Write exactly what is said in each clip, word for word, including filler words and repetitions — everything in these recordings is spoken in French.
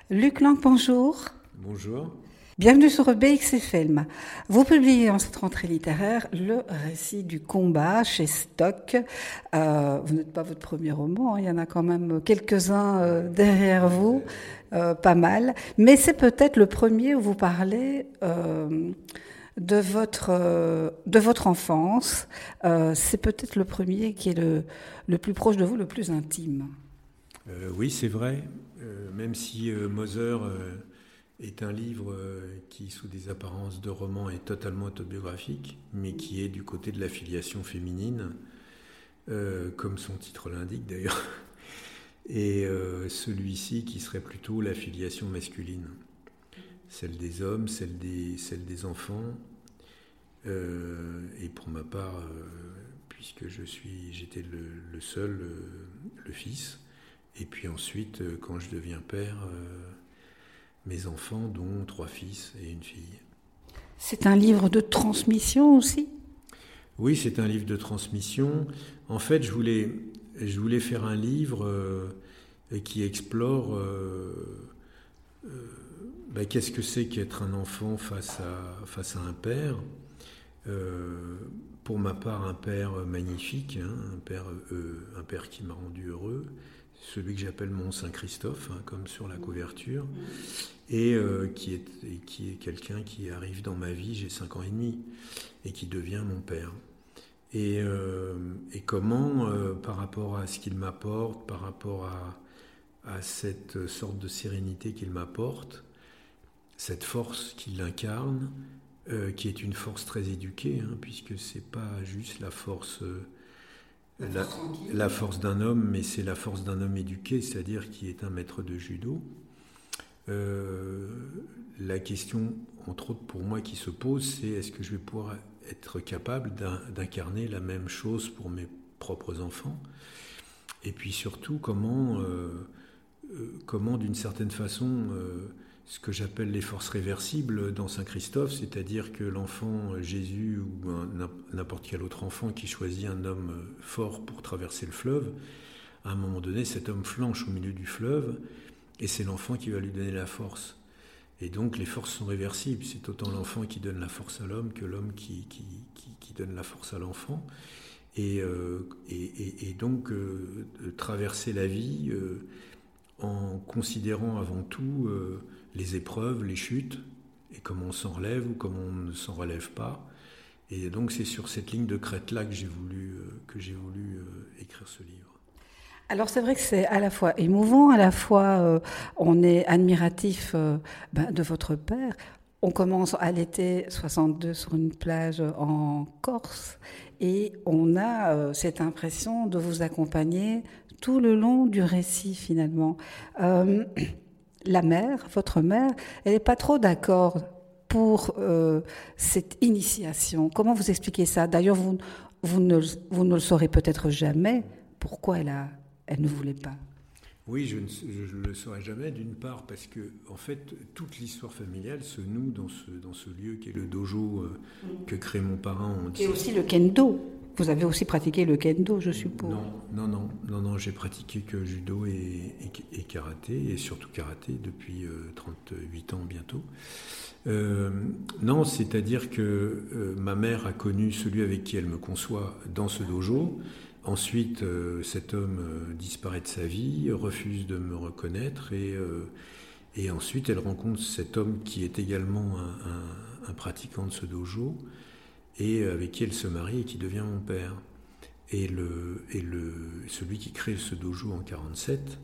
Luc Lang, bonjour. Bonjour. Bienvenue sur B X F M. Vous publiez en cette rentrée littéraire le récit du combat chez Stock. Euh, vous n'êtes pas votre premier roman, hein, il y en a quand même quelques-uns euh, derrière vous, euh, pas mal. Mais c'est peut-être le premier où vous parlez euh, de votre euh, de votre enfance. Euh, c'est peut-être le premier qui est le le plus proche de vous, le plus intime. Euh, oui, c'est vrai. Euh, même si euh, Mother euh, est un livre euh, qui, sous des apparences de roman, est totalement autobiographique, mais qui est du côté de la filiation féminine, euh, comme son titre l'indique d'ailleurs, et euh, celui-ci qui serait plutôt la filiation masculine, celle des hommes, celle des, celle des enfants, euh, et pour ma part, euh, puisque je suis, j'étais le, le seul, euh, le fils. Et puis ensuite, quand je deviens père, euh, mes enfants, dont trois fils et une fille. C'est un livre de transmission aussi ? Oui, c'est un livre de transmission. En fait, je voulais, je voulais faire un livre euh, qui explore euh, euh, bah, qu'est-ce que c'est qu'être un enfant face à, face à un père. Euh, pour ma part, un père magnifique, hein, un, père, euh, un père qui m'a rendu heureux. Celui que j'appelle mon Saint-Christophe, hein, comme sur la couverture, et, euh, qui est, et qui est quelqu'un qui arrive dans ma vie, j'ai cinq ans et demi, et qui devient mon père. Et, euh, et comment, euh, par rapport à ce qu'il m'apporte, par rapport à, à cette sorte de sérénité qu'il m'apporte, cette force qu'il incarne, euh, qui est une force très éduquée, hein, puisque c'est pas juste la force... Euh, La, la force d'un homme, mais c'est la force d'un homme éduqué, c'est-à-dire qui est un maître de judo. Euh, la question, entre autres pour moi, qui se pose, c'est est-ce que je vais pouvoir être capable d'incarner la même chose pour mes propres enfants ? Et puis surtout, comment, euh, euh, comment d'une certaine façon, euh, ce que j'appelle les forces réversibles dans Saint-Christophe, c'est-à-dire que l'enfant Jésus ou un, n'importe quel autre enfant qui choisit un homme fort pour traverser le fleuve, à un moment donné, cet homme flanche au milieu du fleuve et c'est l'enfant qui va lui donner la force. Et donc les forces sont réversibles, c'est autant l'enfant qui donne la force à l'homme que l'homme qui, qui, qui, qui donne la force à l'enfant. Et, euh, et, et, et donc euh, traverser la vie euh, en considérant avant tout euh, les épreuves, les chutes, et comment on s'en relève ou comment on ne s'en relève pas. Et donc c'est sur cette ligne de crête-là que j'ai voulu, euh, que j'ai voulu euh, écrire ce livre. Alors c'est vrai que c'est à la fois émouvant, à la fois euh, on est admiratif euh, ben, de votre père. On commence à l'été soixante-deux sur une plage en Corse et on a euh, cette impression de vous accompagner tout le long du récit finalement. Euh, la mère, votre mère, elle n'est pas trop d'accord pour euh, cette initiation. Comment vous expliquez ça ? D'ailleurs, vous, vous, ne, vous ne le saurez peut-être jamais. Pourquoi elle, a, elle ne voulait pas ? Oui, je ne le saurai jamais, d'une part parce que, en fait, toute l'histoire familiale se noue dans ce, dans ce lieu qui est le dojo euh, que crée mon parrain. Et aussi le kendo. Vous avez aussi pratiqué le kendo, je suppose. Non, non, non, non, non j'ai pratiqué que judo et, et, et karaté, et surtout karaté depuis euh, trente-huit ans bientôt. Euh, non, c'est-à-dire que euh, ma mère a connu celui avec qui elle me conçoit dans ce dojo. Ensuite, euh, cet homme euh, disparaît de sa vie, refuse de me reconnaître, et, euh, et ensuite elle rencontre cet homme qui est également un, un, un pratiquant de ce dojo, et avec qui elle se marie et qui devient mon père. Et, le, et le, celui qui crée ce dojo en quarante-sept,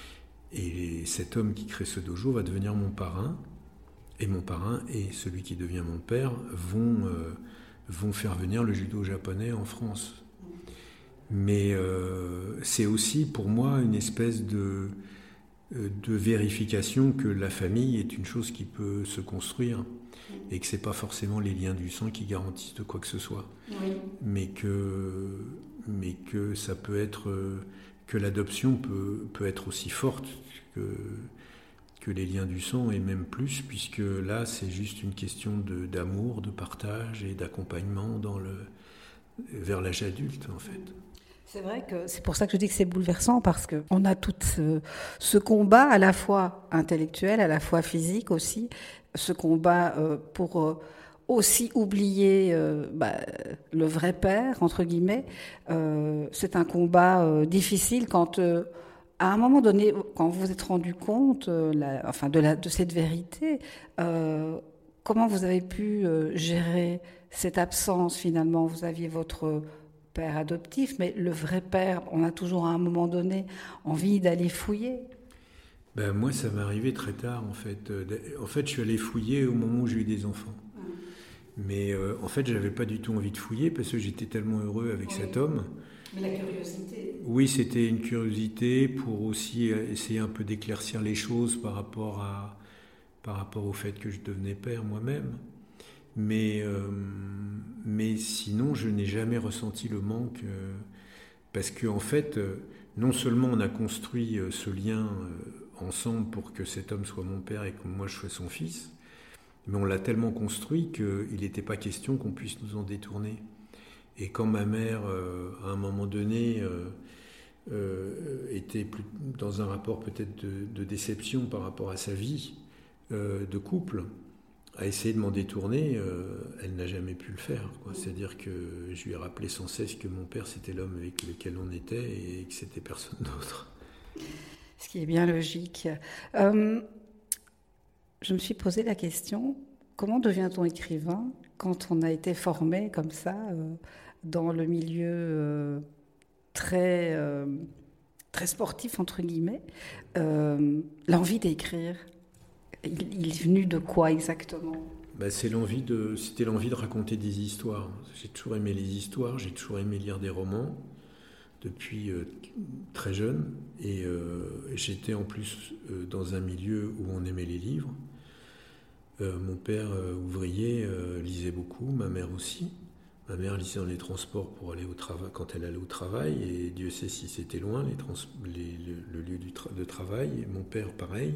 et cet homme qui crée ce dojo va devenir mon parrain, et mon parrain et celui qui devient mon père vont, euh, vont faire venir le judo japonais en France. Mais euh, c'est aussi pour moi une espèce de, de vérification que la famille est une chose qui peut se construire et que ce n'est pas forcément les liens du sang qui garantissent de quoi que ce soit. Oui. Mais, que, mais que ça peut être, que l'adoption peut, peut être aussi forte que, que les liens du sang et même plus, puisque là c'est juste une question de, d'amour, de partage et d'accompagnement dans le, vers l'âge adulte en fait. C'est vrai que c'est pour ça que je dis que c'est bouleversant, parce qu'on a tout ce, ce combat à la fois intellectuel, à la fois physique aussi, ce combat euh, pour euh, aussi oublier euh, bah, le vrai père, entre guillemets. Euh, c'est un combat euh, difficile quand, euh, à un moment donné, quand vous vous êtes rendu compte euh, la, enfin, de, la, de cette vérité, euh, comment vous avez pu euh, gérer cette absence finalement? Vous aviez votre père adoptif, mais le vrai père, on a toujours à un moment donné envie d'aller fouiller. Ben, moi, ça m'est arrivé très tard, en fait. En fait, je suis allé fouiller au moment où j'ai eu des enfants. Mmh. Mais euh, en fait, je n'avais pas du tout envie de fouiller parce que j'étais tellement heureux avec oui. cet homme. Mais la curiosité. Oui, c'était une curiosité pour aussi essayer un peu d'éclaircir les choses par rapport, à, par rapport au fait que je devenais père moi-même. Mais, euh, mais sinon, je n'ai jamais ressenti le manque euh, parce qu'en en fait, euh, non seulement on a construit euh, ce lien euh, ensemble pour que cet homme soit mon père et que moi je sois son fils, mais on l'a tellement construit qu'il n'était pas question qu'on puisse nous en détourner. Et quand ma mère, euh, à un moment donné, euh, euh, était plus dans un rapport peut-être de, de déception par rapport à sa vie euh, de couple, à essayer de m'en détourner, euh, elle n'a jamais pu le faire, quoi. C'est-à-dire que je lui ai rappelé sans cesse que mon père, c'était l'homme avec lequel on était et que c'était personne d'autre. Ce qui est bien logique. Euh, je me suis posé la question, comment devient-on écrivain quand on a été formé comme ça euh, dans le milieu euh, très, euh, très sportif, entre guillemets, euh, l'envie d'écrire? Il est venu de quoi exactement? Ben, c'est l'envie de, c'était l'envie de raconter des histoires. J'ai toujours aimé les histoires, j'ai toujours aimé lire des romans depuis euh, très jeune. Et euh, j'étais en plus euh, dans un milieu où on aimait les livres. Euh, mon père, euh, ouvrier, euh, lisait beaucoup, ma mère aussi. Ma mère lisait dans les transports pour aller au travail, quand elle allait au travail, et Dieu sait si c'était loin, les trans, les, le, le lieu du tra- de travail. Et mon père, pareil.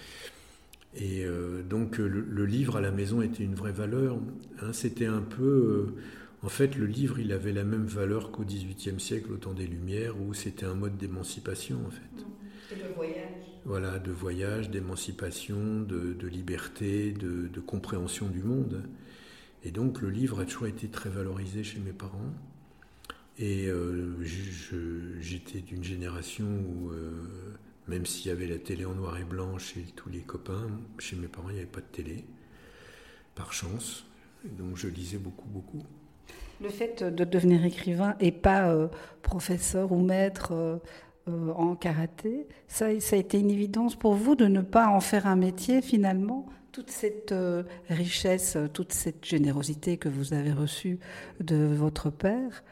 Et euh, donc le, le livre à la maison était une vraie valeur. Hein, c'était un peu... Euh, en fait, le livre, il avait la même valeur qu'au dix-huitième siècle, au temps des Lumières, où c'était un mode d'émancipation, en fait. Et de voyage. Voilà, de voyage, d'émancipation, de, de liberté, de, de compréhension du monde. Et donc le livre a toujours été très valorisé chez mes parents. Et euh, je, j'étais d'une génération où... Euh, même s'il y avait la télé en noir et blanc chez tous les copains, chez mes parents, il n'y avait pas de télé, par chance. Donc je lisais beaucoup, beaucoup. Le fait de devenir écrivain et pas euh, professeur ou maître euh, euh, en karaté, ça, ça a été une évidence pour vous de ne pas en faire un métier finalement? Toute cette euh, richesse, toute cette générosité que vous avez reçue de votre père?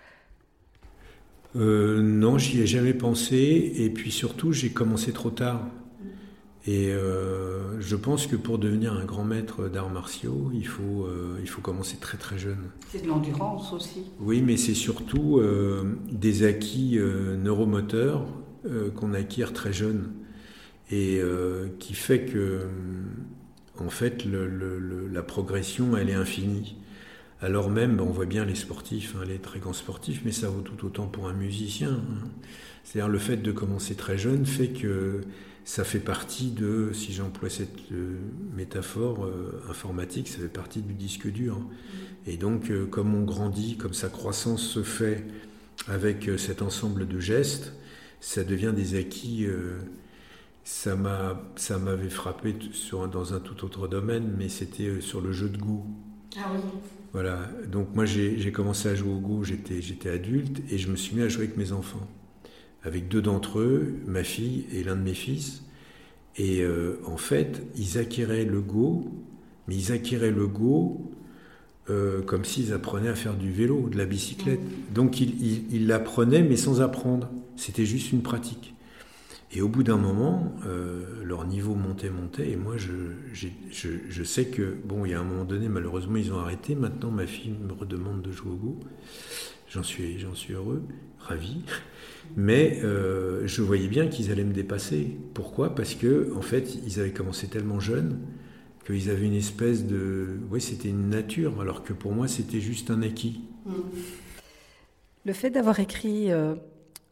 Euh, non, j'y ai jamais pensé, et puis surtout j'ai commencé trop tard. Et euh, je pense que pour devenir un grand maître d'arts martiaux, il faut, euh, il faut commencer très très jeune. C'est de l'endurance aussi. Oui, mais c'est surtout euh, des acquis euh, neuromoteurs euh, qu'on acquiert très jeune, et euh, qui fait que, en fait, le, le, le, la progression, elle est infinie. Alors même, on voit bien les sportifs, hein, les très grands sportifs, mais ça vaut tout autant pour un musicien. Hein. C'est-à-dire le fait de commencer très jeune fait que ça fait partie de, si j'emploie cette euh, métaphore euh, informatique, ça fait partie du disque dur. Et donc, euh, comme on grandit, comme sa croissance se fait avec euh, cet ensemble de gestes, ça devient des acquis. Euh, ça m'a, ça m'avait frappé sur, dans un tout autre domaine, mais c'était euh, sur le jeu de Go. Ah oui. Voilà, donc moi j'ai, j'ai commencé à jouer au Go, j'étais, j'étais adulte, et je me suis mis à jouer avec mes enfants. Avec deux d'entre eux, ma fille et l'un de mes fils. Et euh, en fait, ils acquéraient le Go, mais ils acquéraient le Go euh, comme s'ils apprenaient à faire du vélo, de la bicyclette. Donc ils, ils, ils l'apprenaient, mais sans apprendre. C'était juste une pratique. Et au bout d'un moment, euh, leur niveau montait, montait, et moi, je, j'ai, je, je sais que, bon, il y a un moment donné, malheureusement, ils ont arrêté. Maintenant, ma fille me redemande de jouer au Go. J'en suis, j'en suis heureux, ravi. Mais euh, je voyais bien qu'ils allaient me dépasser. Pourquoi ? Parce que, en fait, ils avaient commencé tellement jeunes qu'ils avaient une espèce de... Oui, c'était une nature, alors que pour moi, c'était juste un acquis. Le fait d'avoir écrit... Euh...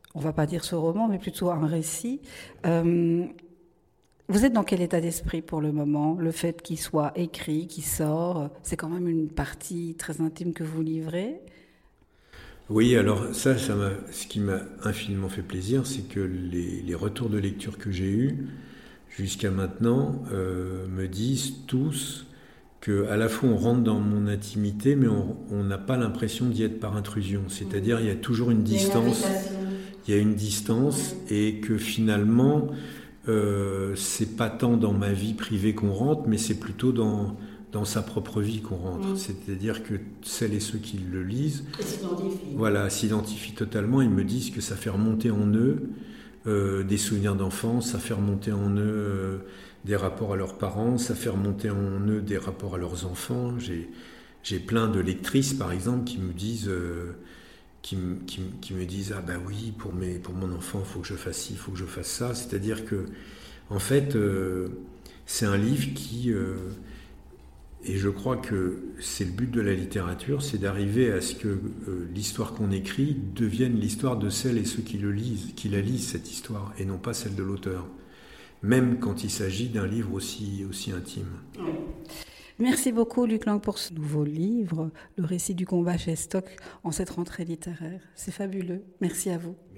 on ne va pas dire ce roman, mais plutôt un récit. Euh, vous êtes dans quel état d'esprit pour le moment? Le fait qu'il soit écrit, qu'il sort, c'est quand même une partie très intime que vous livrez. Oui, alors ça, ça m'a, ce qui m'a infiniment fait plaisir, c'est que les, les retours de lecture que j'ai eus jusqu'à maintenant euh, me disent tous que à la fois on rentre dans mon intimité, mais on n'a pas l'impression d'y être par intrusion. C'est-à-dire il y a toujours une distance, il y a une distance, et que finalement euh, c'est pas tant dans ma vie privée qu'on rentre, mais c'est plutôt dans dans sa propre vie qu'on rentre. Mmh. C'est-à-dire que celles et ceux qui le lisent, s'identifient. Voilà, s'identifient totalement. Ils me disent que ça fait remonter en eux euh, des souvenirs d'enfance, ça fait remonter en eux euh, des rapports à leurs parents, ça fait remonter en eux des rapports à leurs enfants. J'ai, j'ai plein de lectrices, par exemple, qui me disent, euh, qui, qui, qui me disent, ah ben oui, pour, mes, pour mon enfant, il faut que je fasse ci, il faut que je fasse ça. C'est-à-dire que, en fait, euh, c'est un livre qui... Euh, Et je crois que c'est le but de la littérature, c'est d'arriver à ce que euh, l'histoire qu'on écrit devienne l'histoire de celles et ceux qui le lisent, qui la lisent, cette histoire, et non pas celle de l'auteur. Même quand il s'agit d'un livre aussi, aussi intime. Oui. Merci beaucoup Luc Lang pour ce nouveau livre, Le récit du combat chez Stock en cette rentrée littéraire. C'est fabuleux. Merci à vous.